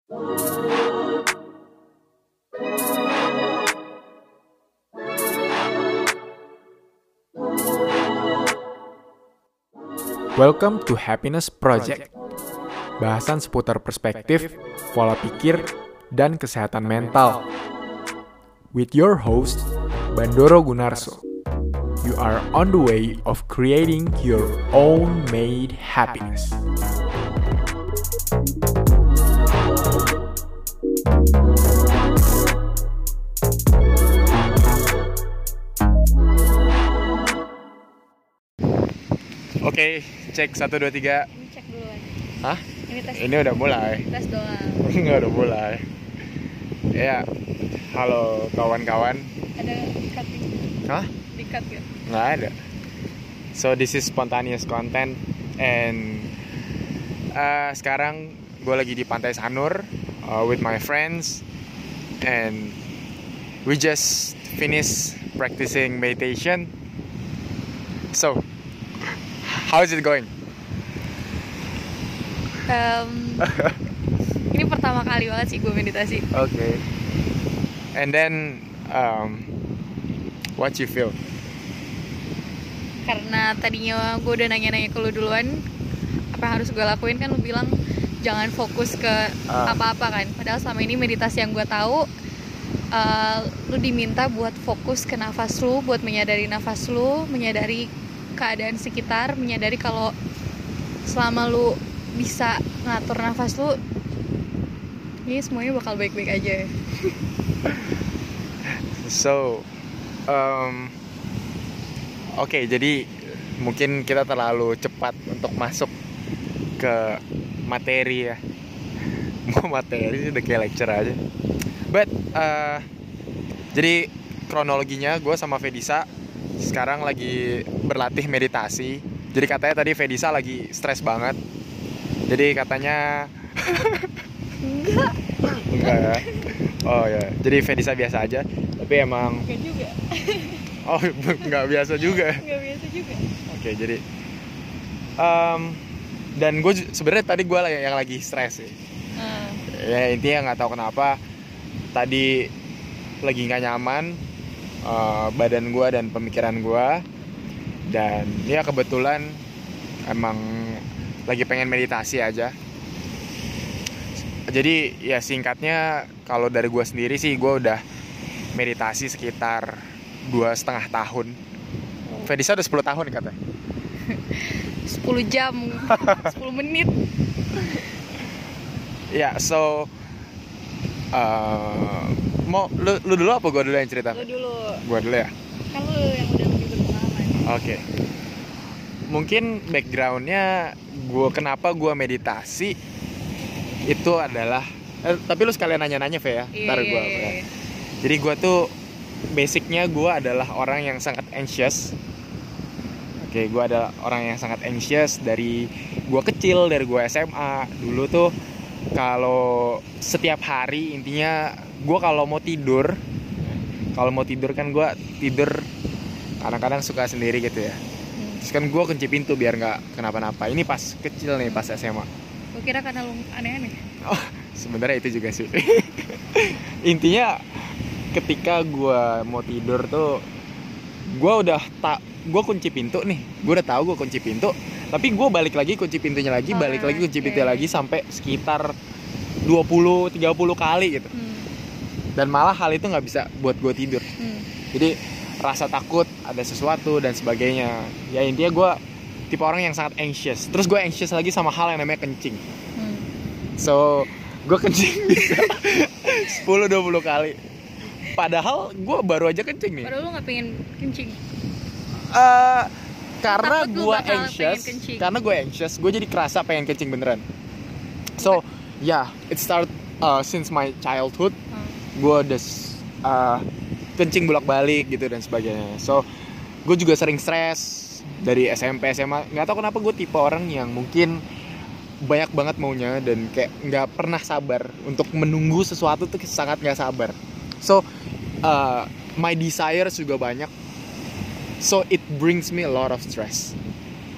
Welcome to Happiness Project. Bahasan seputar perspektif, pola pikir, dan kesehatan mental. With your host, Bandoro Gunarso. You are on the way of creating your own made happiness. Oke, cek 1, 2, 3. Ini cek duluan. Hah? Ini tes. Ini udah mulai. Tes doang. Enggak udah mulai. Ya, halo kawan-kawan. Ada cut gitu. Hah? Di cut gitu. Nggak ada. So this is spontaneous content and sekarang gue lagi di Pantai Sanur with my friends and we just finished practicing meditation. So how is it going? Ini pertama kali banget sih gue meditasi. Okay. And then what you feel? Karena tadinya gue udah nanya-nanya ke lu duluan, apa yang harus gue lakuin, kan lu bilang jangan fokus ke apa-apa kan. Padahal selama ini meditasi yang gue tahu, lu diminta buat fokus ke nafas lu, buat menyadari nafas lu, menyadari keadaan sekitar, menyadari kalau selama lu bisa ngatur nafas lu, ini semuanya bakal baik-baik aja. So Oke, jadi mungkin kita terlalu cepat untuk masuk ke materi ya. Mau materi sih udah kayak lecture aja. But jadi kronologinya gue sama Fedisa sekarang lagi berlatih meditasi. Jadi katanya tadi Fedisa lagi stres banget. Jadi katanya Enggak ya. Oh ya, jadi Fedisa biasa aja. Tapi emang Enggak juga. Oh, nggak biasa juga. Nggak biasa juga. Oke, jadi dan gue sebenarnya tadi gue yang lagi stres sih. Ya intinya nggak tahu kenapa tadi lagi nggak nyaman badan gue dan pemikiran gue, dan ya kebetulan emang lagi pengen meditasi aja. Jadi ya singkatnya kalau dari gue sendiri sih gue udah meditasi sekitar 2,5 tahun. Fedisa udah 10 tahun katanya. 10 jam, 10 menit. Ya, so mau lu dulu apa gue dulu yang cerita? Lu dulu. Gue dulu ya. Kan lu yang udah lebih berpengalaman. Oke. Mungkin backgroundnya kenapa gue meditasi itu adalah tapi lu sekalian nanya-nanya Fe ya. Ntar gue. Iya. Jadi gue tuh basicnya gue adalah orang yang sangat anxious. Oke, gue adalah orang yang sangat anxious dari gue kecil, dari gue SMA. Dulu tuh kalau setiap hari intinya gue kalau mau tidur kan gue tidur kadang-kadang suka sendiri gitu ya. Terus kan gue kunci pintu biar nggak kenapa-napa. Ini pas kecil nih, pas SMA. Gue kira karena lu aneh-aneh. Oh, sebenarnya itu juga sih. Intinya ketika gue mau tidur tuh gue kunci pintu nih, gue udah tahu gue kunci pintu, tapi gue balik lagi kunci pintunya lagi, balik lagi kunci pintunya lagi sampai sekitar 20-30 kali gitu. Dan malah hal itu nggak bisa buat gue tidur. Jadi rasa takut ada sesuatu dan sebagainya. Ya intinya gue tipe orang yang sangat anxious. Terus gue anxious lagi sama hal yang namanya kencing. So gue kencing bisa 10-20 kali. Padahal gue baru aja kencing nih. Padahal lu gak pengen kencing. Karena gue anxious, gue jadi kerasa pengen kencing beneran. So, it start since my childhood. Gue udah kencing bolak-balik gitu dan sebagainya. So, gue juga sering stres dari SMP, SMA. Gak tau kenapa gue tipe orang yang mungkin banyak banget maunya dan kayak gak pernah sabar untuk menunggu sesuatu tuh, sangat gak sabar. So, my desires juga banyak. So, it brings me a lot of stress.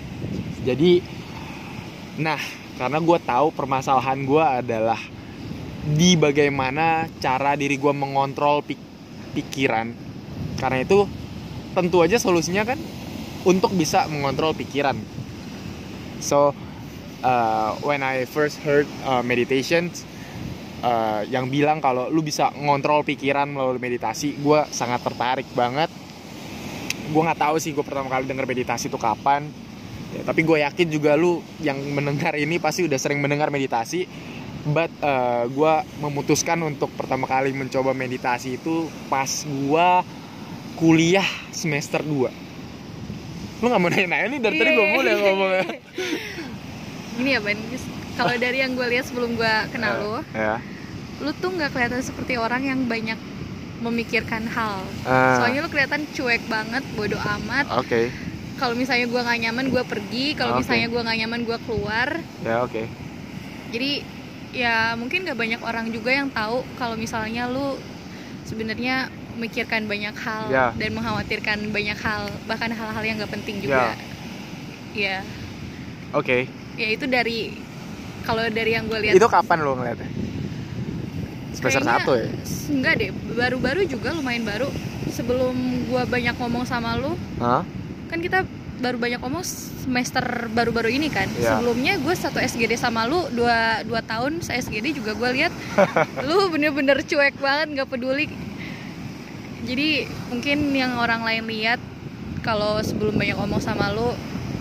Jadi, karena gue tahu permasalahan gue adalah di bagaimana cara diri gue mengontrol pikiran. Karena itu tentu aja solusinya kan untuk bisa mengontrol pikiran. So when I first heard meditation, yang bilang kalau lu bisa ngontrol pikiran melalui meditasi, gue sangat tertarik banget. Gue nggak tahu sih gue pertama kali denger meditasi itu kapan, ya, tapi gue yakin juga lu yang mendengar ini pasti udah sering mendengar meditasi. But gue memutuskan untuk pertama kali mencoba meditasi itu pas gue kuliah semester 2. Lu gak mau nanya-nanya nih dari tadi gue mulai ngomongnya. Gini ya Ben, kalau dari yang gue lihat sebelum gue kenal lu tuh gak kelihatan seperti orang yang banyak memikirkan hal. Soalnya lu kelihatan cuek banget, bodo amat. Kalau misalnya gue gak nyaman gue pergi, kalau misalnya gue gak nyaman gue keluar. Jadi ya mungkin gak banyak orang juga yang tahu kalau misalnya lu sebenarnya memikirkan banyak hal dan mengkhawatirkan banyak hal, bahkan hal-hal yang gak penting juga. Ya itu dari, kalau dari yang gue lihat. Itu kapan lo ngeliatnya? Semester 1 ya? Enggak deh, baru-baru juga, lumayan baru. Sebelum gue banyak ngomong sama lu, kan kita baru banyak ngomong semester baru-baru ini kan. Sebelumnya gue satu SGD sama lu 2 tahun se-SGD juga gue lihat lu bener-bener cuek banget, gak peduli. Jadi mungkin yang orang lain lihat kalau sebelum banyak ngomong sama lu,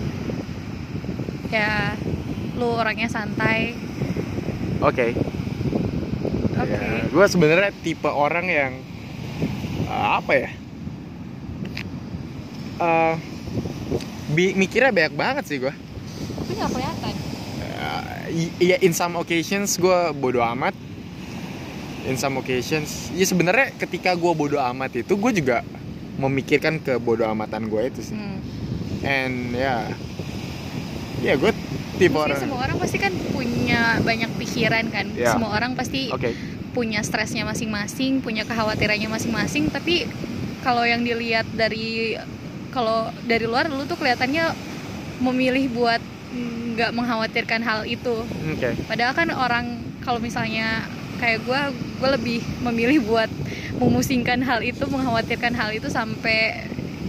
ya lu orangnya santai. Gue sebenarnya tipe orang yang apa ya? Mikirnya banyak banget sih gue. Tapi nggak kelihatan. Ya in some occasions gue bodo amat. In some occasions, ya sebenarnya ketika gue bodo amat itu gue juga memikirkan kebodo amatan gue itu sih. And ya gue tipe orang. Semua orang pasti kan punya banyak pikiran kan. Semua orang pasti punya stresnya masing-masing, punya kekhawatirannya masing-masing. Tapi kalau yang dilihat dari luar, lu tuh kelihatannya memilih buat nggak mengkhawatirkan hal itu. Padahal kan orang kalau misalnya kayak gue lebih memilih buat memusingkan hal itu, mengkhawatirkan hal itu sampai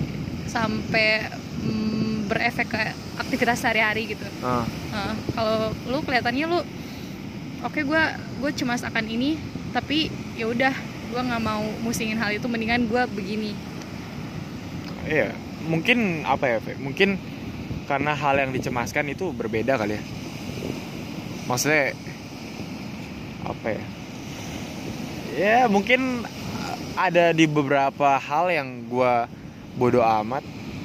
berefek ke aktivitas sehari-hari gitu. Kalau lu kelihatannya lu gue cemas akan ini, tapi ya udah gue nggak mau musingin hal itu, mendingan gue begini. Iya, mungkin apa ya, mungkin karena hal yang dicemaskan itu berbeda kali ya. Maksudnya apa ya? Ya mungkin ada di beberapa hal yang gue bodo amat,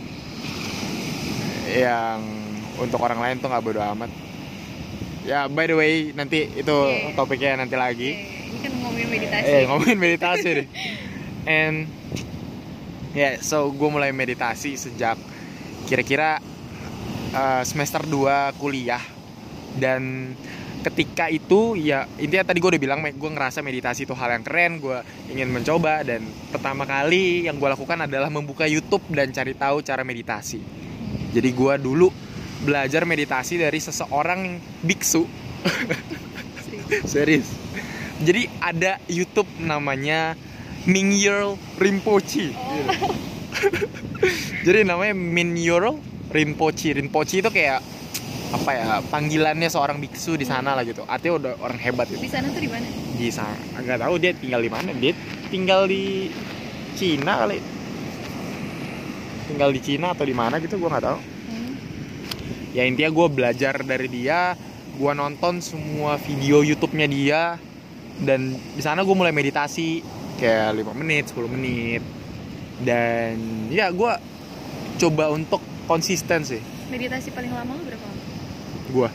yang untuk orang lain tuh nggak bodo amat. Ya by the way, nanti itu topiknya nanti lagi. Ini kan ngomongin meditasi. Ngomongin meditasi deh. And so gue mulai meditasi sejak kira-kira semester 2 kuliah. Dan ketika itu ya intinya tadi gue udah bilang, gue ngerasa meditasi itu hal yang keren, gue ingin mencoba. Dan pertama kali yang gue lakukan adalah membuka YouTube dan cari tahu cara meditasi. Jadi gue dulu belajar meditasi dari seseorang biksu. Serius. Jadi ada YouTube namanya Mingyur Rinpoche. Jadi namanya Mingyur Rinpoche. Rinpoche itu kayak apa ya, panggilannya seorang biksu di sana lah gitu. Artinya udah orang hebat gitu. Di sana tuh di mana? Di sana. Enggak tahu dia tinggal di mana. Dia tinggal di Cina kali. Tinggal di Cina atau di mana gitu, gue nggak tahu. Ya intinya gue belajar dari dia, gue nonton semua video YouTube-nya dia, dan di sana gue mulai meditasi kayak 5 menit, 10 menit. Dan ya gue coba untuk konsisten sih. Meditasi paling lama lu berapa lama? Gue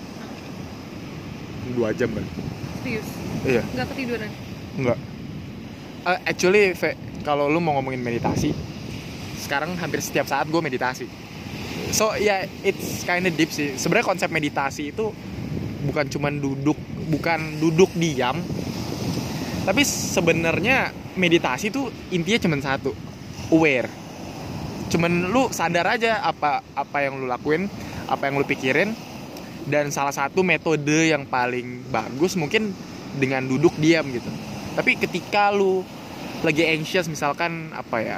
2 jam kan. Serius? Iya. Nggak ketiduran? Nggak. Actually kalau lu mau ngomongin meditasi, sekarang hampir setiap saat gue meditasi. So it's kinda deep sih. Sebenarnya konsep meditasi itu bukan cuman duduk diam, tapi sebenarnya meditasi itu intinya cuman satu, aware. Cuman lu sadar aja apa yang lu lakuin, apa yang lu pikirin. Dan salah satu metode yang paling bagus mungkin dengan duduk diam gitu. Tapi ketika lu lagi anxious, misalkan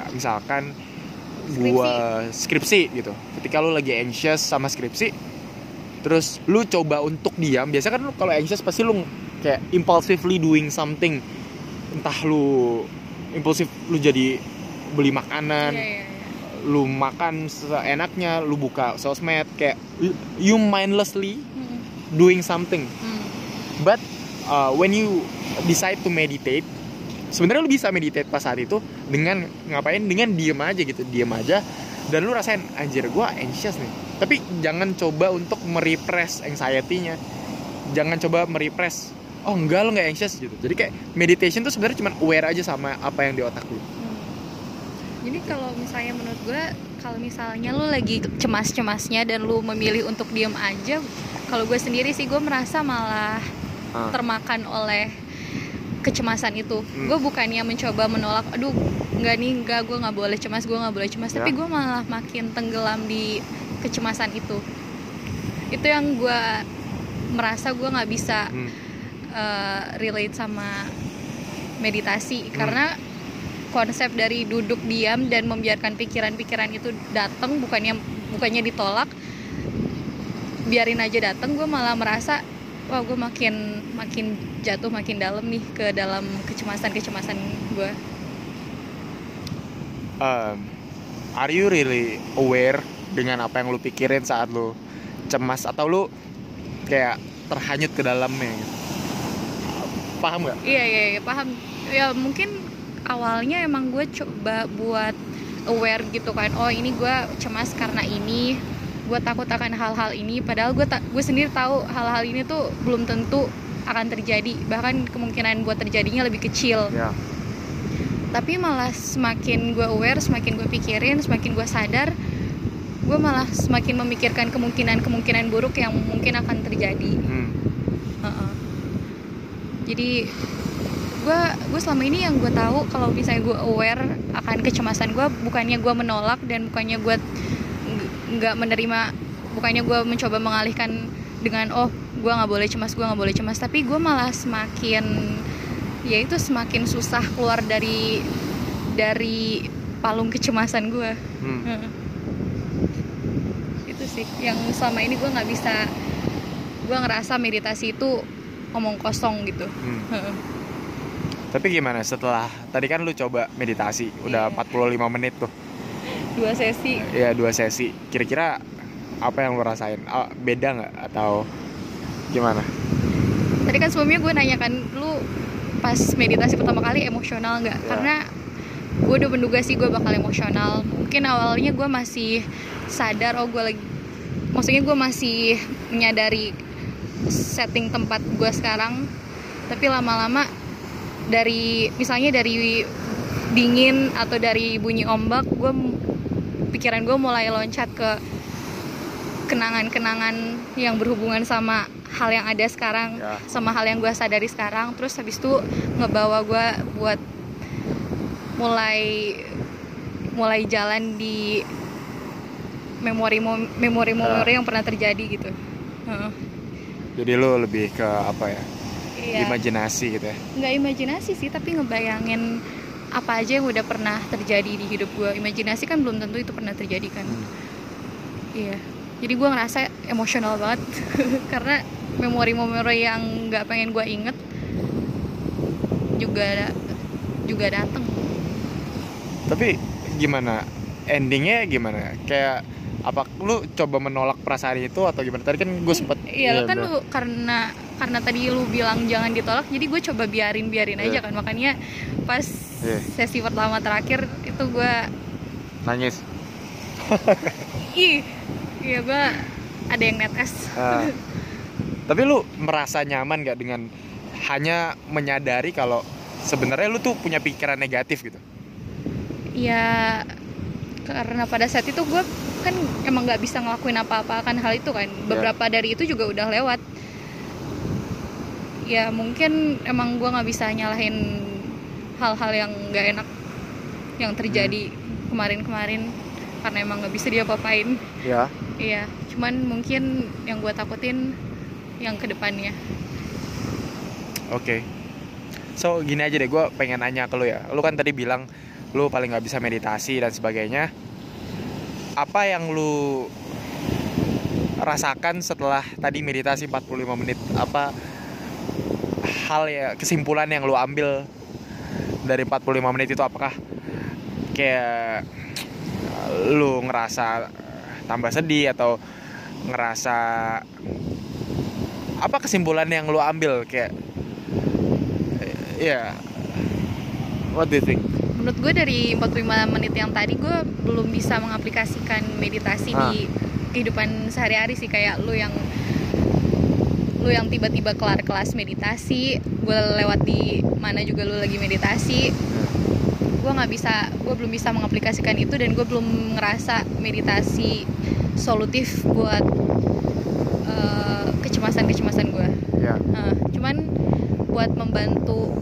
gua skripsi gitu, ketika lu lagi anxious sama skripsi, terus lu coba untuk diam, biasa kan lu kalau anxious pasti lu kayak impulsively doing something, entah lu impulsif, lu jadi beli makanan, lu makan seenaknya, lu buka sosmed, kayak you mindlessly doing something. But when you decide to meditate, sebenarnya lu bisa meditate pas saat itu dengan ngapain? Dengan diem aja, dan lu rasain anjir gue anxious nih. Tapi jangan coba untuk merepress anxiety-nya, jangan coba merepress, oh enggak, lu nggak anxious gitu. Jadi kayak meditation tuh sebenarnya cuma aware aja sama apa yang di otak lu. Jadi kalau misalnya menurut gue, kalau misalnya lu lagi cemas-cemasnya dan lu memilih untuk diem aja, kalau gue sendiri sih gue merasa malah termakan oleh kecemasan itu. Gue bukannya mencoba menolak, aduh enggak, gue nggak boleh cemas, tapi gue malah makin tenggelam di kecemasan itu. Itu yang gue merasa gue nggak bisa relate sama meditasi, karena konsep dari duduk diam dan membiarkan pikiran-pikiran itu datang, bukannya ditolak, biarin aja datang, gue malah merasa wah gue makin jatuh makin dalam nih ke dalam kecemasan gue. Are you really aware dengan apa yang lu pikirin saat lu cemas, atau lu kayak terhanyut ke dalamnya gitu? Paham nggak? Iya paham. Ya mungkin awalnya emang gue coba buat aware gitu kan, oh ini gue cemas karena ini, gue takut akan hal-hal ini, padahal gue sendiri tahu hal-hal ini tuh belum tentu akan terjadi, bahkan kemungkinan buat terjadinya lebih kecil. Tapi malah semakin gue aware, semakin gue pikirin, semakin gue sadar, gue malah semakin memikirkan kemungkinan buruk yang mungkin akan terjadi. Jadi gue selama ini yang gue tahu, kalau misalnya gue aware akan kecemasan gue, bukannya gue menolak dan bukannya gue nggak menerima, bukannya gue mencoba mengalihkan dengan oh gue nggak boleh cemas, tapi gue malah semakin susah keluar dari palung kecemasan gue. Itu sih yang selama ini gue nggak bisa, gue ngerasa meditasi itu omong kosong gitu. Tapi gimana setelah tadi kan lu coba meditasi udah 45 menit tuh, 2 sesi. Iya 2 sesi. Kira-kira apa yang lu rasain? Beda nggak atau gimana? Tadi kan sebelumnya gue nanyakan lu pas meditasi pertama kali emosional nggak? Karena gue udah menduga sih gue bakal emosional. Mungkin awalnya gue masih sadar, maksudnya gue masih menyadari setting tempat gue sekarang. Tapi lama-lama misalnya dari dingin atau dari bunyi ombak, pikiran gue mulai loncat ke kenangan-kenangan yang berhubungan sama hal yang ada sekarang, sama hal yang gue sadari sekarang. Terus habis itu ngebawa gue buat mulai jalan di memori yang pernah terjadi gitu. Jadi lo lebih ke apa ya? Imajinasi gitu ya? Nggak imajinasi sih, tapi ngebayangin apa aja yang udah pernah terjadi di hidup gue. Imajinasi kan belum tentu itu pernah terjadi kan. Iya. Jadi gue ngerasa emosional banget karena memori yang nggak pengen gue inget juga datang. Tapi gimana endingnya, gimana? Kayak apa lu coba menolak perasaan itu atau gimana? Tadi kan gue sempet kan lu karena tadi lu bilang jangan ditolak, jadi gue coba biarin aja kan. Makanya pas sesi pertama terakhir itu gue nangis. Iya gue ada yang netes. Tapi lu merasa nyaman gak dengan hanya menyadari kalau sebenarnya lu tuh punya pikiran negatif gitu? Ya karena pada saat itu gue kan emang nggak bisa ngelakuin apa-apa kan hal itu kan. Beberapa dari itu juga udah lewat. Ya mungkin emang gue nggak bisa nyalahin hal-hal yang nggak enak yang terjadi kemarin karena emang nggak bisa diapa-apain. Iya, cuman mungkin yang gue takutin yang kedepannya. Oke. So gini aja deh, gue pengen nanya ke lu ya. Lu kan tadi bilang lu paling nggak bisa meditasi dan sebagainya. Apa yang lu rasakan setelah tadi meditasi 45 menit? Apa hal ya, kesimpulan yang lu ambil dari 45 menit itu? Apakah kayak lu ngerasa tambah sedih atau ngerasa apa kesimpulan yang lu ambil kayak ya, what do you think? Menurut gue dari 45 menit yang tadi gue belum bisa mengaplikasikan meditasi di kehidupan sehari-hari sih. Kayak lu yang tiba-tiba kelar kelas meditasi, gue lewat di mana juga lu lagi meditasi, gue belum bisa mengaplikasikan itu, dan gue belum ngerasa meditasi solutif buat kecemasan gue. Cuman buat membantu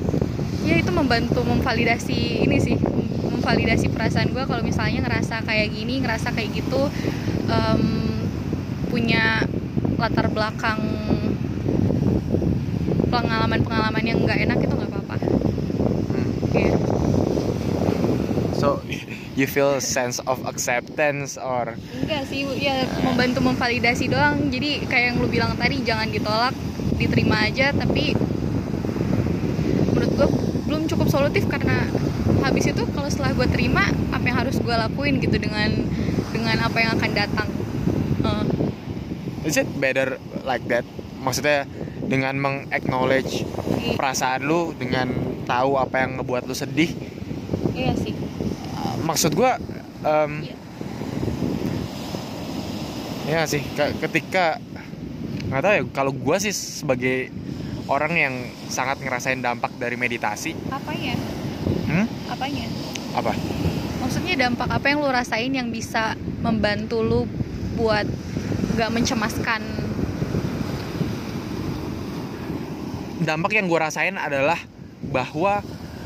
memvalidasi ini sih, memvalidasi perasaan gue kalau misalnya ngerasa kayak gini, ngerasa kayak gitu, punya latar belakang pengalaman yang nggak enak, itu nggak apa-apa. Yeah. So you feel sense of acceptance or? Enggak sih, ya membantu memvalidasi doang. Jadi kayak yang lu bilang tadi, jangan ditolak, diterima aja. Tapi menurut gue belum cukup solutif, karena habis itu kalau setelah gue terima, apa yang harus gue lakuin gitu dengan apa yang akan datang. Is it better like that? Maksudnya dengan meng-acknowledge perasaan lu, dengan tahu apa yang ngebuat lu sedih. Iya sih. Maksud gue ya sih, ketika nggak tahu ya, kalau gue sih sebagai orang yang sangat ngerasain dampak dari meditasi. Apanya? Apanya? Apa? Maksudnya dampak apa yang lu rasain yang bisa membantu lu buat gak mencemaskan? Dampak yang gue rasain adalah bahwa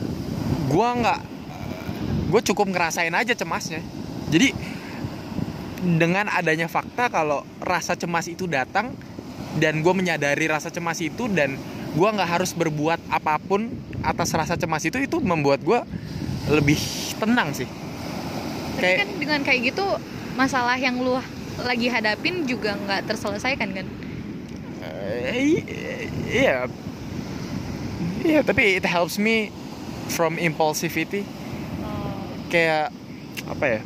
gue cukup ngerasain aja cemasnya. Jadi dengan adanya fakta kalau rasa cemas itu datang, dan gue menyadari rasa cemas itu, dan gue nggak harus berbuat apapun atas rasa cemas itu membuat gue lebih tenang sih. Tapi kan dengan kayak gitu, masalah yang lu lagi hadapin juga nggak terselesaikan kan? Iya, tapi it helps me from impulsivity. Kayak apa ya?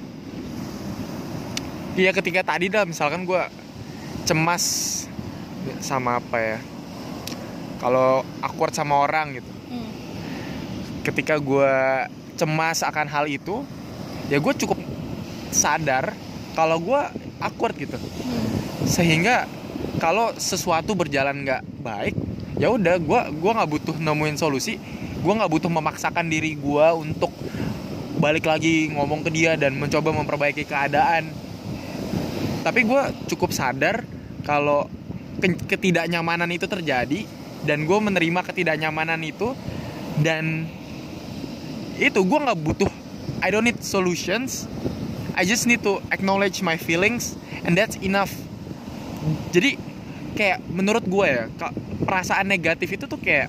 Iya, ketika tadi misalkan gue cemas sama apa ya? Kalau awkward sama orang gitu. Ketika gue cemas akan hal itu, ya gue cukup sadar kalau gue awkward gitu. Sehingga kalau sesuatu berjalan nggak baik, ya udah gue nggak butuh nemuin solusi, gue nggak butuh memaksakan diri gue untuk balik lagi ngomong ke dia dan mencoba memperbaiki keadaan. Tapi gue cukup sadar kalau ketidaknyamanan itu terjadi, dan gue menerima ketidaknyamanan itu, dan itu gue nggak butuh, I don't need solutions, I just need to acknowledge my feelings, and that's enough. Jadi kayak menurut gue ya, perasaan negatif itu tuh kayak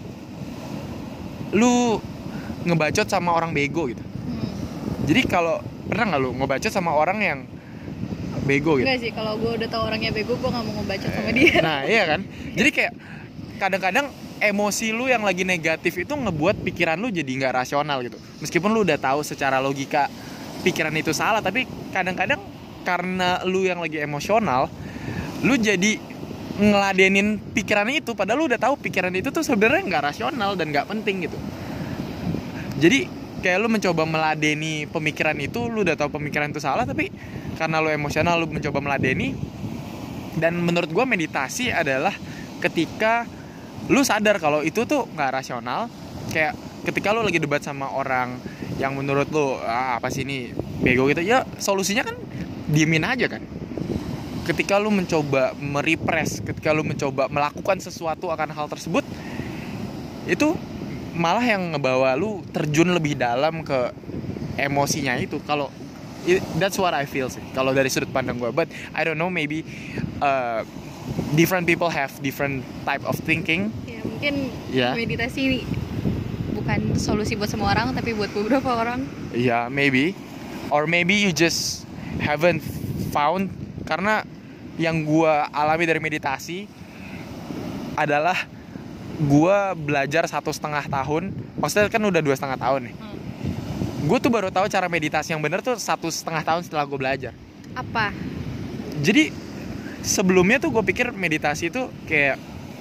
lu ngebacot sama orang bego gitu. Jadi kalau pernah nggak lu ngebacot sama orang yang bego gitu? Enggak sih, kalau gue udah tahu orangnya bego, gue nggak mau ngebacot sama dia. Nah iya kan, jadi kayak kadang-kadang emosi lu yang lagi negatif itu ngebuat pikiran lu jadi nggak rasional gitu. Meskipun lu udah tahu secara logika pikiran itu salah, tapi kadang-kadang karena lu yang lagi emosional, lu jadi ngeladenin pikiran itu, padahal lu udah tahu pikiran itu tuh sebenarnya nggak rasional dan nggak penting gitu. Jadi kayak lu mencoba meladeni pemikiran itu, lu udah tahu pemikiran itu salah, tapi karena lu emosional lu mencoba meladeni. Dan menurut gue meditasi adalah ketika lu sadar kalau itu tuh nggak rasional. Kayak ketika lu lagi debat sama orang yang menurut lu apa sih ini bego gitu, ya solusinya kan diemin aja kan. Ketika lu mencoba merepress, ketika lu mencoba melakukan sesuatu akan hal tersebut, itu malah yang ngebawa lu terjun lebih dalam ke emosinya itu. Kalau that's what I feel sih kalau dari sudut pandang gue. But I don't know, maybe different people have different type of thinking. Ya, mungkin meditasi bukan solusi buat semua orang, tapi buat beberapa orang. Maybe. Or maybe you just haven't found. Karena yang gue alami dari meditasi adalah gue belajar 1,5 tahun. Maksudnya kan udah 2,5 tahun nih. Gue tuh baru tahu cara meditasi yang bener tuh 1,5 tahun setelah gue belajar. Apa? Jadi sebelumnya tuh gue pikir meditasi itu kayak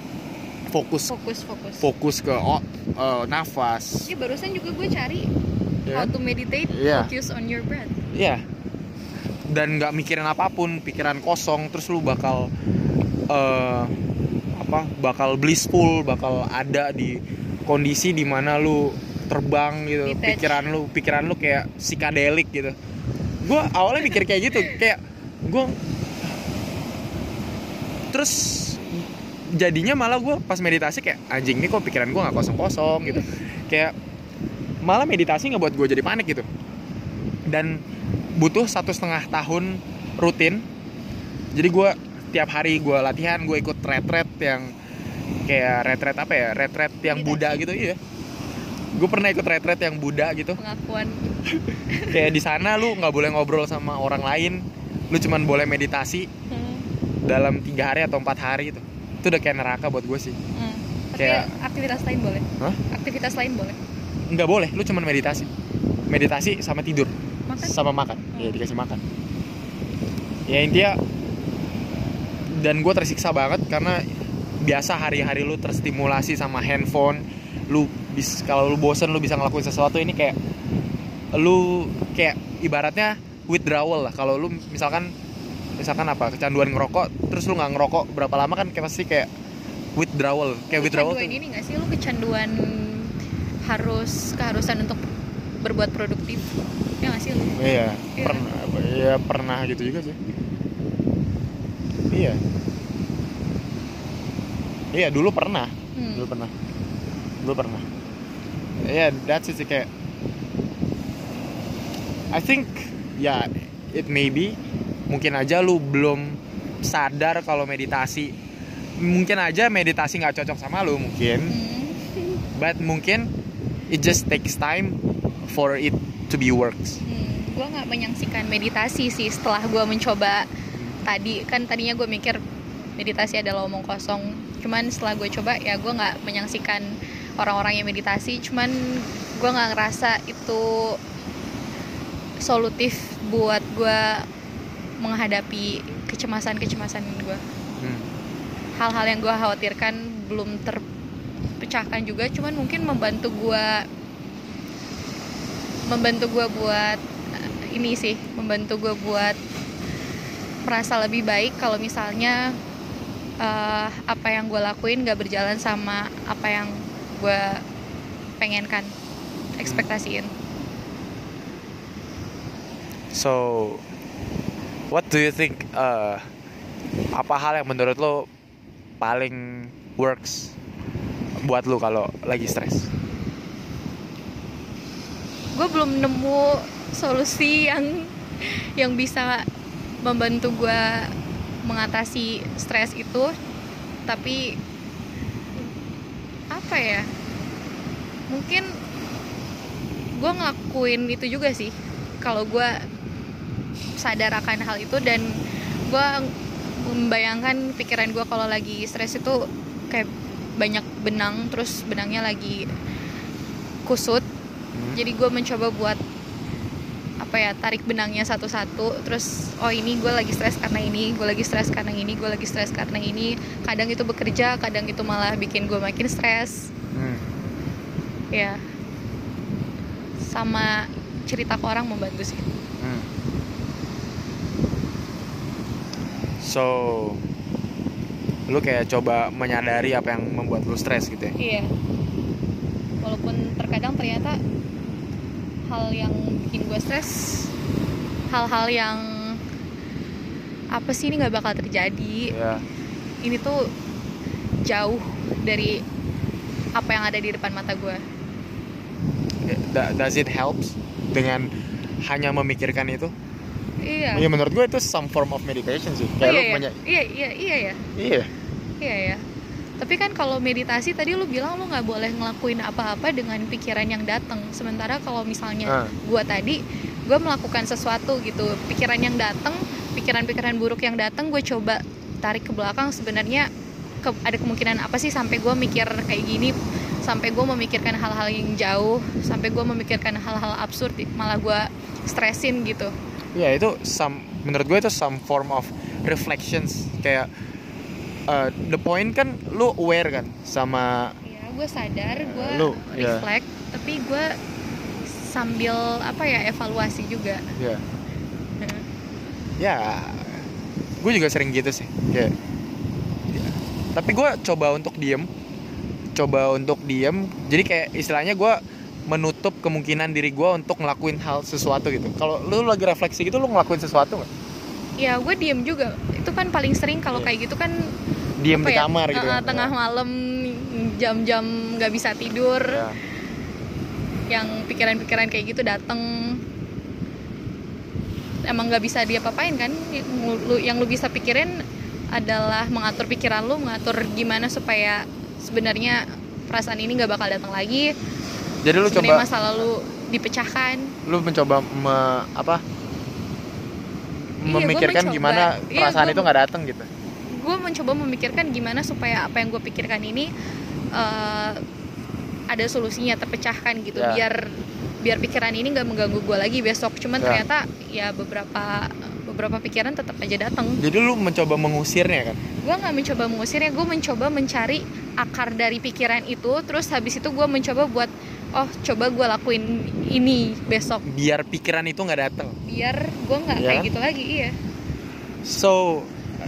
fokus ke nafas. Barusan juga gue cari how to meditate, focus on your breath. Dan nggak mikirin apapun, pikiran kosong, terus lu bakal bakal blissful, bakal ada di kondisi dimana lu terbang gitu. Pikiran lu kayak psikadelik gitu. Gue awalnya mikir kayak gitu, kayak gue terus jadinya malah gue pas meditasi kayak anjing nih kok pikiran gue nggak kosong gitu. Kayak malah meditasi nggak buat gue jadi panik gitu. Dan butuh 1,5 tahun rutin. Jadi gue tiap hari gue latihan, gue ikut retret yang kayak retret yang Buddha gitu. Gue pernah ikut retret yang Buddha gitu. Pengakuan. Kayak di sana lu nggak boleh ngobrol sama orang lain, lu cuman boleh meditasi dalam 3 hari atau 4 hari itu udah kayak neraka buat gue sih. Tapi kayak aktivitas lain boleh? Aktivitas lain boleh? Nggak boleh, lu cuman meditasi sama tidur. Sama makan. Dikasih makan. Intinya. Dan gue tersiksa banget karena biasa hari-hari lu terstimulasi sama handphone. Kalau lu bosen lu bisa ngelakuin sesuatu. Ini kayak lu kayak ibaratnya withdrawal lah. Kalau lu misalkan kecanduan ngerokok, terus lu nggak ngerokok berapa lama kan kayak pasti kayak withdrawal. Kayak withdrawal tuh. Ini nggak sih lu kecanduan keharusan untuk berbuat produktif? Ya nggak sih lu? Pernah gitu juga sih. Dulu pernah. That's it kayak I think it may be. Mungkin aja lu belum sadar kalau meditasi. Mungkin aja meditasi gak cocok sama lu mungkin. But mungkin it just takes time for it to be works. Gue gak menyaksikan meditasi sih setelah gue mencoba. Tadinya gue mikir meditasi adalah omong kosong. Cuman setelah gue coba gue gak menyaksikan orang-orang yang meditasi. Cuman gue gak ngerasa itu solutif buat gue menghadapi kecemasan gue. Hal-hal yang gue khawatirkan belum terpecahkan juga, cuman mungkin membantu gue buat membantu gue buat merasa lebih baik kalau misalnya apa yang gue lakuin gak berjalan sama apa yang gue pengenkan, ekspektasiin. So what do you think? Apa hal yang menurut lo paling works buat lo kalau lagi stres? Gue belum nemu solusi yang bisa membantu gue mengatasi stres itu. Tapi apa ya? Mungkin gue ngelakuin itu juga sih. Kalau gue sadar akan hal itu dan gue membayangkan pikiran gue kalau lagi stres itu kayak banyak benang, terus benangnya lagi kusut. Jadi gue mencoba buat tarik benangnya satu-satu. Terus ini gue lagi stres karena ini, gue lagi stres karena ini, gue lagi stres karena ini. Kadang itu bekerja, kadang itu malah bikin gue makin stres. Sama cerita ke orang membantu sih. So, lu kayak coba menyadari apa yang membuat lu stres gitu ya? Iya. Walaupun terkadang ternyata hal yang bikin gue stres, hal-hal yang apa sih ini nggak bakal terjadi. Ini tuh jauh dari apa yang ada di depan mata gue. Does it help dengan hanya memikirkan itu? Iya. Ya menurut gue itu some form of meditation sih. Kayak Iya. Iya. Tapi kan kalau meditasi tadi lu bilang lu nggak boleh ngelakuin apa-apa dengan pikiran yang datang. Sementara kalau misalnya gue melakukan sesuatu gitu, pikiran yang datang, pikiran-pikiran buruk yang datang, gue coba tarik ke belakang. Sebenarnya ada kemungkinan apa sih sampai gue mikir kayak gini, sampai gue memikirkan hal-hal yang jauh, sampai gue memikirkan hal-hal absurd, malah gue stresin gitu. Ya itu menurut gue itu some form of reflections, kayak the point kan lu aware kan sama. Ya gue sadar, gue reflect, tapi gue sambil evaluasi juga. Ya gue juga sering gitu sih kayak. Tapi gue coba untuk diem, jadi kayak istilahnya gue menutup kemungkinan diri gue untuk ngelakuin hal sesuatu gitu. Kalau lu lagi refleksi gitu, lu ngelakuin sesuatu nggak? Ya gue diem juga, itu kan paling sering kalau kayak gitu kan diem di kamar gitu kan? Tengah malam, jam-jam nggak bisa tidur, yang pikiran-pikiran kayak gitu dateng, emang nggak bisa diapa-apain kan. Yang lu bisa pikirin adalah mengatur pikiran lu, mengatur gimana supaya sebenarnya perasaan ini nggak bakal datang lagi. Jadi lu sebenarnya coba masa lalu dipecahkan. Lu mencoba memikirkan gimana perasaan itu nggak datang gitu. Gue mencoba memikirkan gimana supaya apa yang gue pikirkan ini ada solusinya, terpecahkan gitu, biar pikiran ini nggak mengganggu gue lagi besok. Cuman ternyata ya beberapa pikiran tetap aja datang. Jadi lu mencoba mengusirnya kan? Gue nggak mencoba mengusirnya, gue mencoba mencari akar dari pikiran itu, terus habis itu gue mencoba buat coba gue lakuin ini besok biar pikiran itu nggak datang, biar gue nggak kayak gitu lagi. Iya. So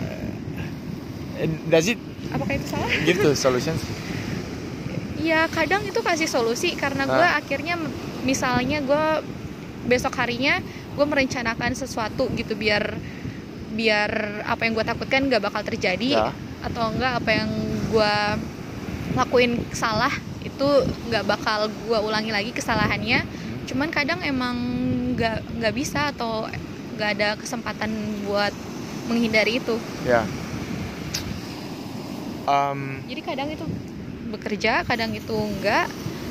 does it apakah itu salah? Gitu solutions? Ya kadang itu kasih solusi, karena gue akhirnya misalnya gue besok harinya gue merencanakan sesuatu gitu, biar apa yang gue takutkan nggak bakal terjadi, atau enggak apa yang gue lakuin salah itu nggak bakal gue ulangi lagi kesalahannya. Cuman kadang emang nggak bisa atau nggak ada kesempatan buat menghindari itu. Jadi kadang itu bekerja, kadang itu enggak.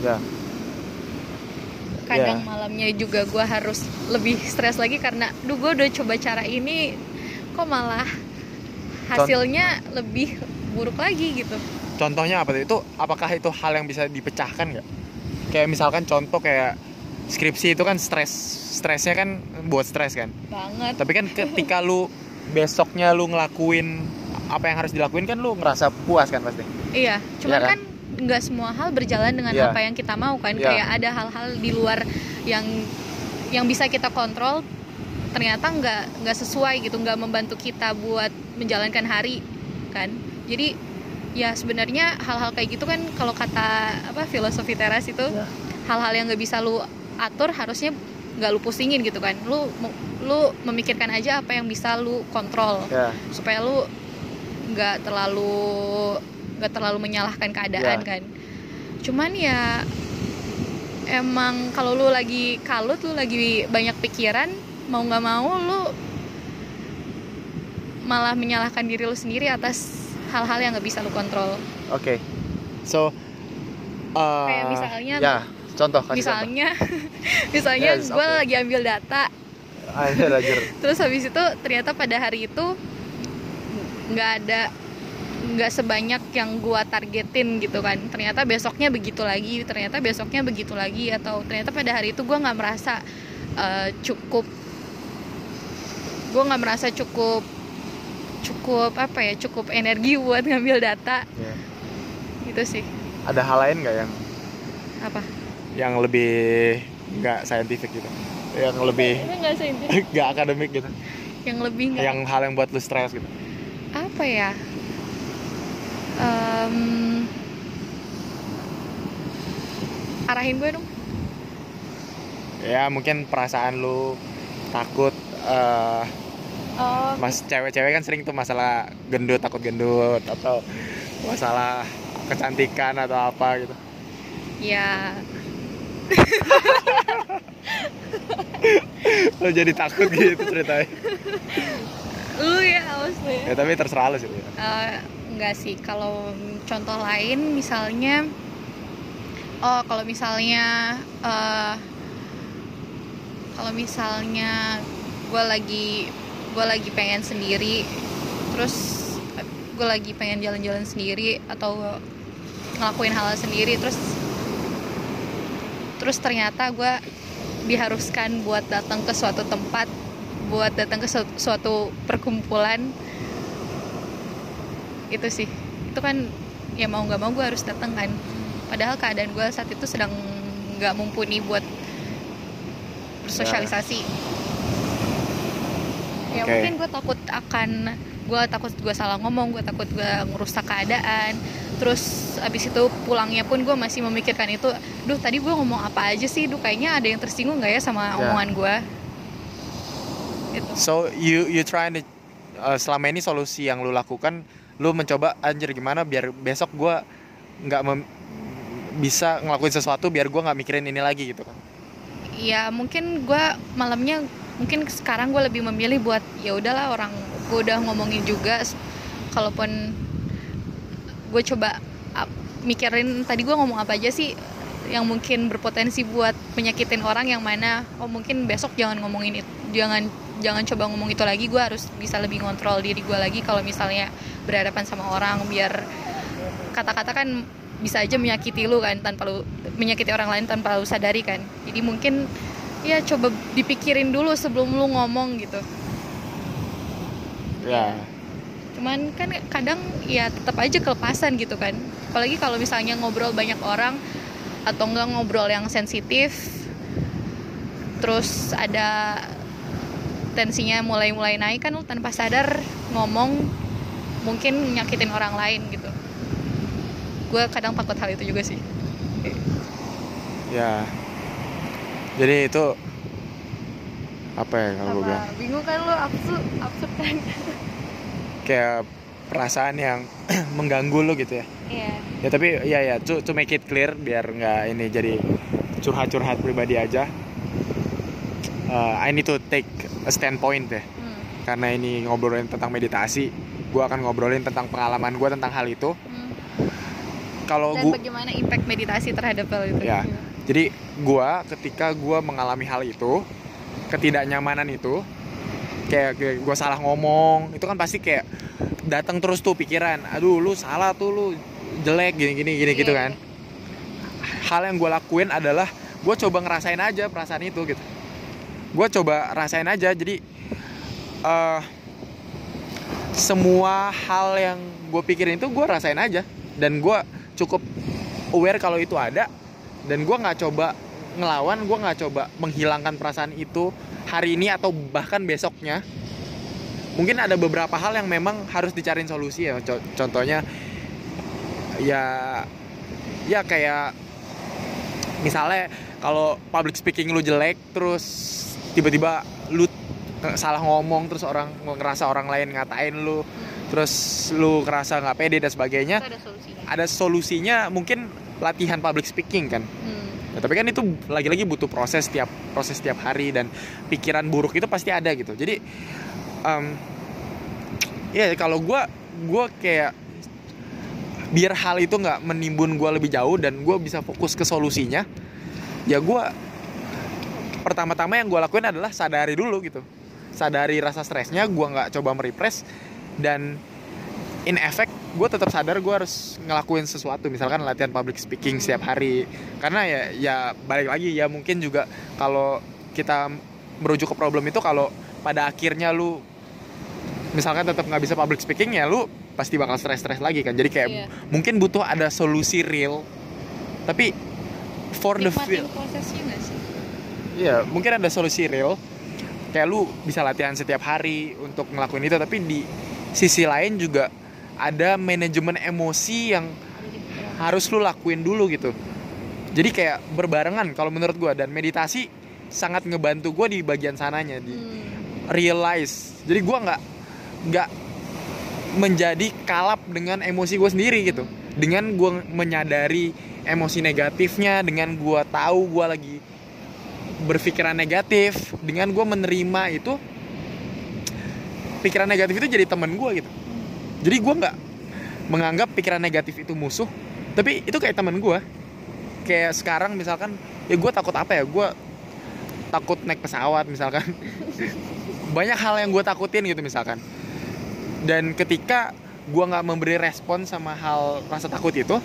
Kadang malamnya juga gue harus lebih stres lagi karena gue udah coba cara ini kok malah hasilnya lebih buruk lagi gitu. Contohnya apa tuh? Itu apakah itu hal yang bisa dipecahkan nggak? Kayak misalkan contoh kayak skripsi itu kan stresnya kan buat stres kan? Banget. Tapi kan ketika lu besoknya lu ngelakuin apa yang harus dilakuin kan lu ngerasa puas kan pasti? Iya, cuman kan nggak semua hal berjalan dengan apa yang kita mau kan. Kayak ada hal-hal di luar yang bisa kita kontrol, ternyata nggak sesuai gitu, nggak membantu kita buat menjalankan hari kan. Jadi ya sebenarnya hal-hal kayak gitu kan, kalau kata filosofi teras itu hal-hal yang nggak bisa lu atur harusnya nggak lu pusingin gitu kan. Lu memikirkan aja apa yang bisa lu kontrol, supaya lu nggak terlalu menyalahkan keadaan kan. Cuman ya emang kalau lu lagi kalut, lu lagi banyak pikiran, mau nggak mau lu malah menyalahkan diri lu sendiri atas hal-hal yang nggak bisa lu kontrol. Oke. So kayak misalnya misalnya gue lagi ambil data terus habis itu ternyata pada hari itu nggak sebanyak yang gue targetin gitu kan. Ternyata besoknya begitu lagi, atau ternyata pada hari itu gue nggak merasa cukup energi buat ngambil data. Gitu sih. Ada hal lain nggak yang yang lebih nggak scientific gitu, yang lebih nggak akademik gitu, yang lebih yang hal yang buat lu stres gitu? Apa ya? Arahin gue dong. Ya mungkin perasaan lu takut. Mas cewek-cewek kan sering tuh masalah gendut, takut gendut, atau masalah kecantikan atau apa gitu. Ya. Lo jadi takut gitu ceritanya. Lu ya awas lu ya. Ya tapi terserah lu sih. enggak sih. Kalau contoh lain misalnya, kalau misalnya gue lagi pengen sendiri, terus gue lagi pengen jalan-jalan sendiri atau ngelakuin hal sendiri, terus ternyata gue diharuskan buat datang ke suatu tempat, buat datang ke suatu perkumpulan, itu sih, itu kan ya mau nggak mau gue harus datang kan, padahal keadaan gue saat itu sedang nggak mumpuni buat bersosialisasi. Ya mungkin gue takut gue salah ngomong, gue takut gue ngerusak keadaan. Terus abis itu pulangnya pun gue masih memikirkan itu, duh tadi gue ngomong apa aja sih, duh kayaknya ada yang tersinggung gak ya sama omongan gue gitu. So you trying to selama ini solusi yang lu lakukan, lu mencoba anjir gimana biar besok gue nggak bisa ngelakuin sesuatu biar gue nggak mikirin ini lagi gitu kan? Ya mungkin gue malamnya, mungkin sekarang gue lebih memilih buat ya udahlah, orang gue udah ngomongin juga, kalaupun gue coba mikirin tadi gue ngomong apa aja sih yang mungkin berpotensi buat menyakitin orang, yang mana mungkin besok jangan ngomongin itu, jangan coba ngomong itu lagi. Gue harus bisa lebih ngontrol diri gue lagi kalau misalnya berhadapan sama orang, biar kata-kata kan bisa aja menyakiti lu kan, tanpa lu menyakiti orang lain tanpa lu sadari kan. Jadi mungkin ya coba dipikirin dulu sebelum lu ngomong gitu. Ya. Cuman kan kadang ya tetap aja kelepasan gitu kan. Apalagi kalau misalnya ngobrol banyak orang atau enggak ngobrol yang sensitif, terus ada tensinya mulai naik kan, lu tanpa sadar ngomong mungkin nyakitin orang lain gitu. Gue kadang takut hal itu juga sih. Ya. Jadi itu apa ya kalau gue bilang? Bingung kan lu, absurd kan? Kayak perasaan yang mengganggu lu gitu ya. Iya. Ya tapi ya to make it clear biar nggak ini jadi curhat pribadi aja. I need to take a standpoint ya. Karena ini ngobrolin tentang meditasi, gue akan ngobrolin tentang pengalaman gue tentang hal itu. Kalau dan bagaimana impact meditasi terhadap hal itu. Ya. Jadi ketika gue mengalami hal itu, ketidaknyamanan itu, kayak gue salah ngomong, itu kan pasti kayak datang terus tuh pikiran, aduh lu salah tuh, lu jelek gini gitu kan. Hal yang gue lakuin adalah gue coba ngerasain aja perasaan itu gitu. Gue coba rasain aja, jadi semua hal yang gue pikirin itu gue rasain aja, dan gue cukup aware kalau itu ada, dan gue nggak coba ngelawan, gue nggak coba menghilangkan perasaan itu hari ini atau bahkan besoknya. Mungkin ada beberapa hal yang memang harus dicariin solusi ya. Contohnya ya kayak misalnya kalau public speaking lu jelek, terus tiba-tiba lu salah ngomong, terus orang ngerasa orang lain ngatain lu, terus lu ngerasa nggak pede dan sebagainya. Ada solusinya mungkin latihan public speaking kan. Ya, tapi kan itu lagi-lagi butuh proses tiap hari, dan pikiran buruk itu pasti ada gitu. Jadi ya kalau gue kayak biar hal itu nggak menimbun gue lebih jauh dan gue bisa fokus ke solusinya, ya gue pertama-tama yang gue lakuin adalah sadari dulu gitu, sadari rasa stresnya, gue nggak coba merepress, dan in effect gue tetap sadar gue harus ngelakuin sesuatu, misalkan latihan public speaking setiap hari. Karena ya balik lagi ya, mungkin juga kalau kita merujuk ke problem itu, kalau pada akhirnya lu misalkan tetap nggak bisa public speaking, ya lu pasti bakal stres lagi kan. Jadi kayak mungkin butuh ada solusi real, tapi for the feel prosesnya nggak sih? Iya, mungkin ada solusi real, kayak lu bisa latihan setiap hari untuk ngelakuin itu, tapi di sisi lain juga ada manajemen emosi yang harus lu lakuin dulu gitu. Jadi kayak berbarengan kalau menurut gue, dan meditasi sangat ngebantu gue di bagian sananya, di realize. Jadi gue nggak menjadi kalap dengan emosi gue sendiri gitu. Dengan gue menyadari emosi negatifnya, dengan gue tahu gue lagi berpikiran negatif, dengan gue menerima itu, pikiran negatif itu jadi temen gue gitu. Jadi gue menganggap pikiran negatif itu musuh, tapi itu kayak teman gue. Kayak sekarang misalkan, ya gue takut apa ya, gue takut naik pesawat misalkan. Banyak hal yang gue takutin gitu misalkan. Dan ketika gue nggak memberi respon sama hal rasa takut itu,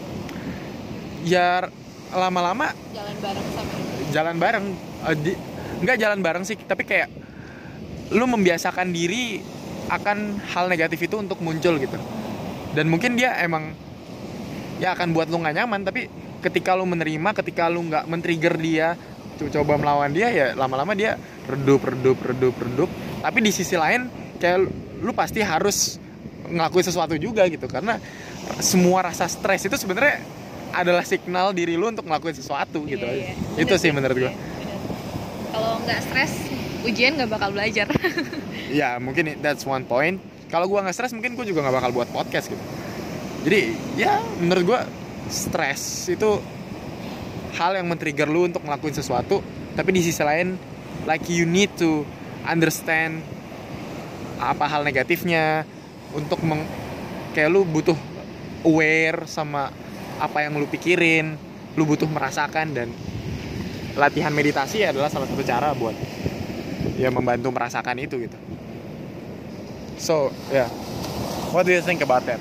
ya lama-lama jalan bareng nggak jalan bareng sih, tapi kayak lu membiasakan diri akan hal negatif itu untuk muncul gitu. Dan mungkin dia emang ya akan buat lu nggak nyaman, tapi ketika lu menerima, ketika lu nggak men-trigger dia, coba melawan dia, ya lama-lama dia redup. Tapi di sisi lain kayak lu pasti harus ngelakuin sesuatu juga gitu, karena semua rasa stres itu sebenarnya adalah signal diri lu untuk ngelakuin sesuatu gitu. Itu sih menurut gue. Kalau nggak stres, ujian nggak bakal belajar. Ya mungkin that's one point. Kalau gue nggak stres, mungkin gue juga nggak bakal buat podcast gitu. Jadi ya menurut gue stres itu hal yang men-trigger lu untuk ngelakuin sesuatu, tapi di sisi lain like you need to understand apa hal negatifnya untuk kayak lu butuh aware sama apa yang lu pikirin, lu butuh merasakan, dan latihan meditasi adalah salah satu cara buat ya membantu merasakan itu gitu. So, yeah. What do you think about that?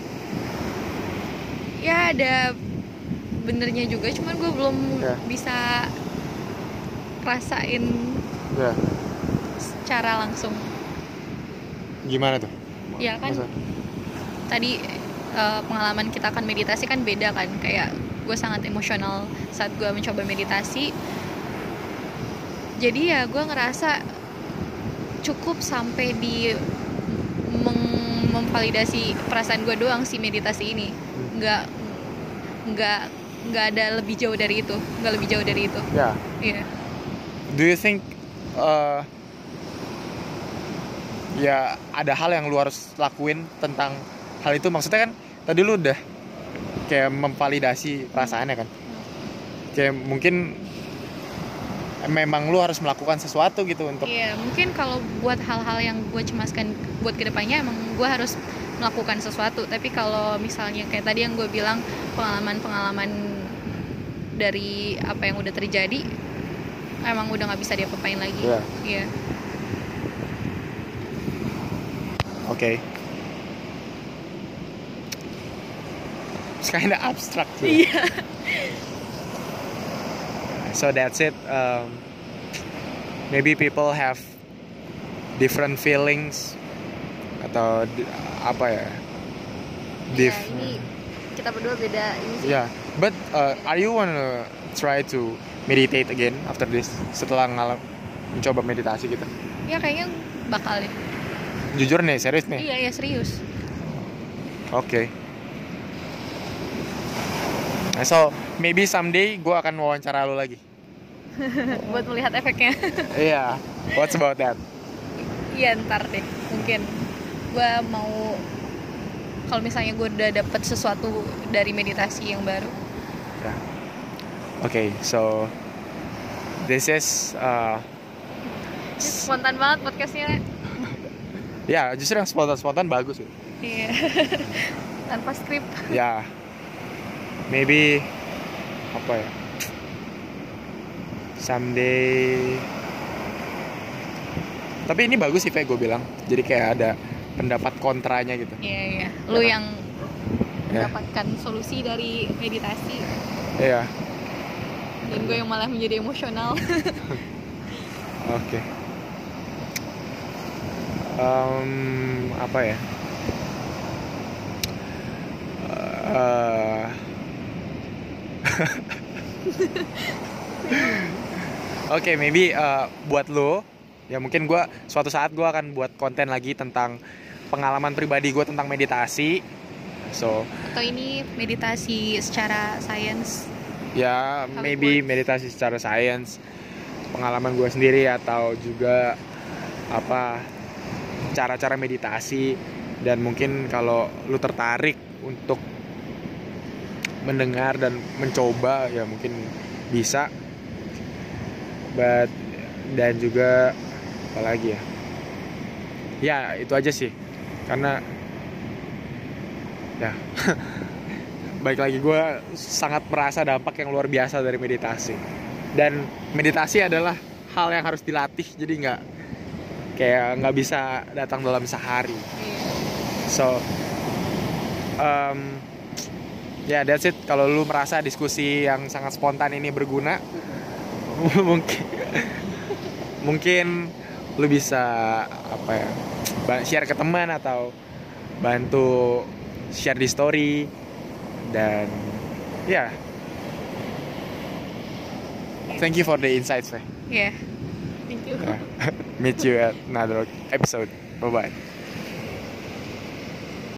Ya ada benernya juga, cuman gue belum bisa rasain secara langsung. Gimana tuh? Ya kan tadi pengalaman kita kan meditasi kan beda kan, kayak gue sangat emosional saat gue mencoba meditasi. Jadi ya gue ngerasa cukup sampai di memvalidasi perasaan gue doang si meditasi ini. Nggak ada lebih jauh dari itu, nggak lebih jauh dari itu. Yeah. Do you think ya ada hal yang lu harus lakuin tentang hal itu? Maksudnya kan tadi lu udah kayak memvalidasi perasaannya kan, kayak mungkin memang lu harus melakukan sesuatu gitu untuk mungkin kalau buat hal-hal yang gue cemaskan buat kedepannya emang gue harus melakukan sesuatu. Tapi kalau misalnya kayak tadi yang gue bilang, pengalaman dari apa yang udah terjadi emang udah nggak bisa diapa-apain lagi. Okay. It's kind of abstract too. So that's it. Maybe people have different feelings atau apa ya? Ini kita berdua beda ini sih. Yeah, but are you wanna try to meditate again after this? Setelah mencoba meditasi gitu? Ya kayaknya bakal deh. Jujur nih, serius nih? Iya serius. Okay. So maybe someday gue akan wawancara lo lagi. Buat melihat efeknya. Iya. What's about that? Iya ntar deh, mungkin gue mau, kalau misalnya gue udah dapet sesuatu dari meditasi yang baru. Okay, so this is spontan banget podcastnya. Ya, justru yang spontan bagus gitu. Iya. Tanpa skrip. Ya. Maybe apa ya? Someday. Tapi ini bagus sih kayak gue bilang. Jadi kayak ada pendapat kontranya gitu. Iya. Lu yang mendapatkan solusi dari meditasi. Iya. Dan gue yang malah menjadi emosional. Oke. Apa ya? Oke, maybe buat lo, ya mungkin suatu saat gue akan buat konten lagi tentang pengalaman pribadi gue tentang meditasi. Atau ini meditasi secara sains? Ya, maybe meditasi secara sains, pengalaman gue sendiri, atau juga apa cara-cara meditasi. Dan mungkin kalau lu tertarik untuk mendengar dan mencoba, ya mungkin bisa. Dan juga apalagi ya itu aja sih, karena Ya. Baik lagi, gue sangat merasa dampak yang luar biasa dari meditasi. Dan meditasi adalah hal yang harus dilatih, jadi nggak bisa datang dalam sehari. So that's it. Kalau lu merasa diskusi yang sangat spontan ini berguna, mungkin lu bisa share ke teman atau bantu share di story. Dan thank you for the insights, thank you. Meet you at another episode. Bye bye.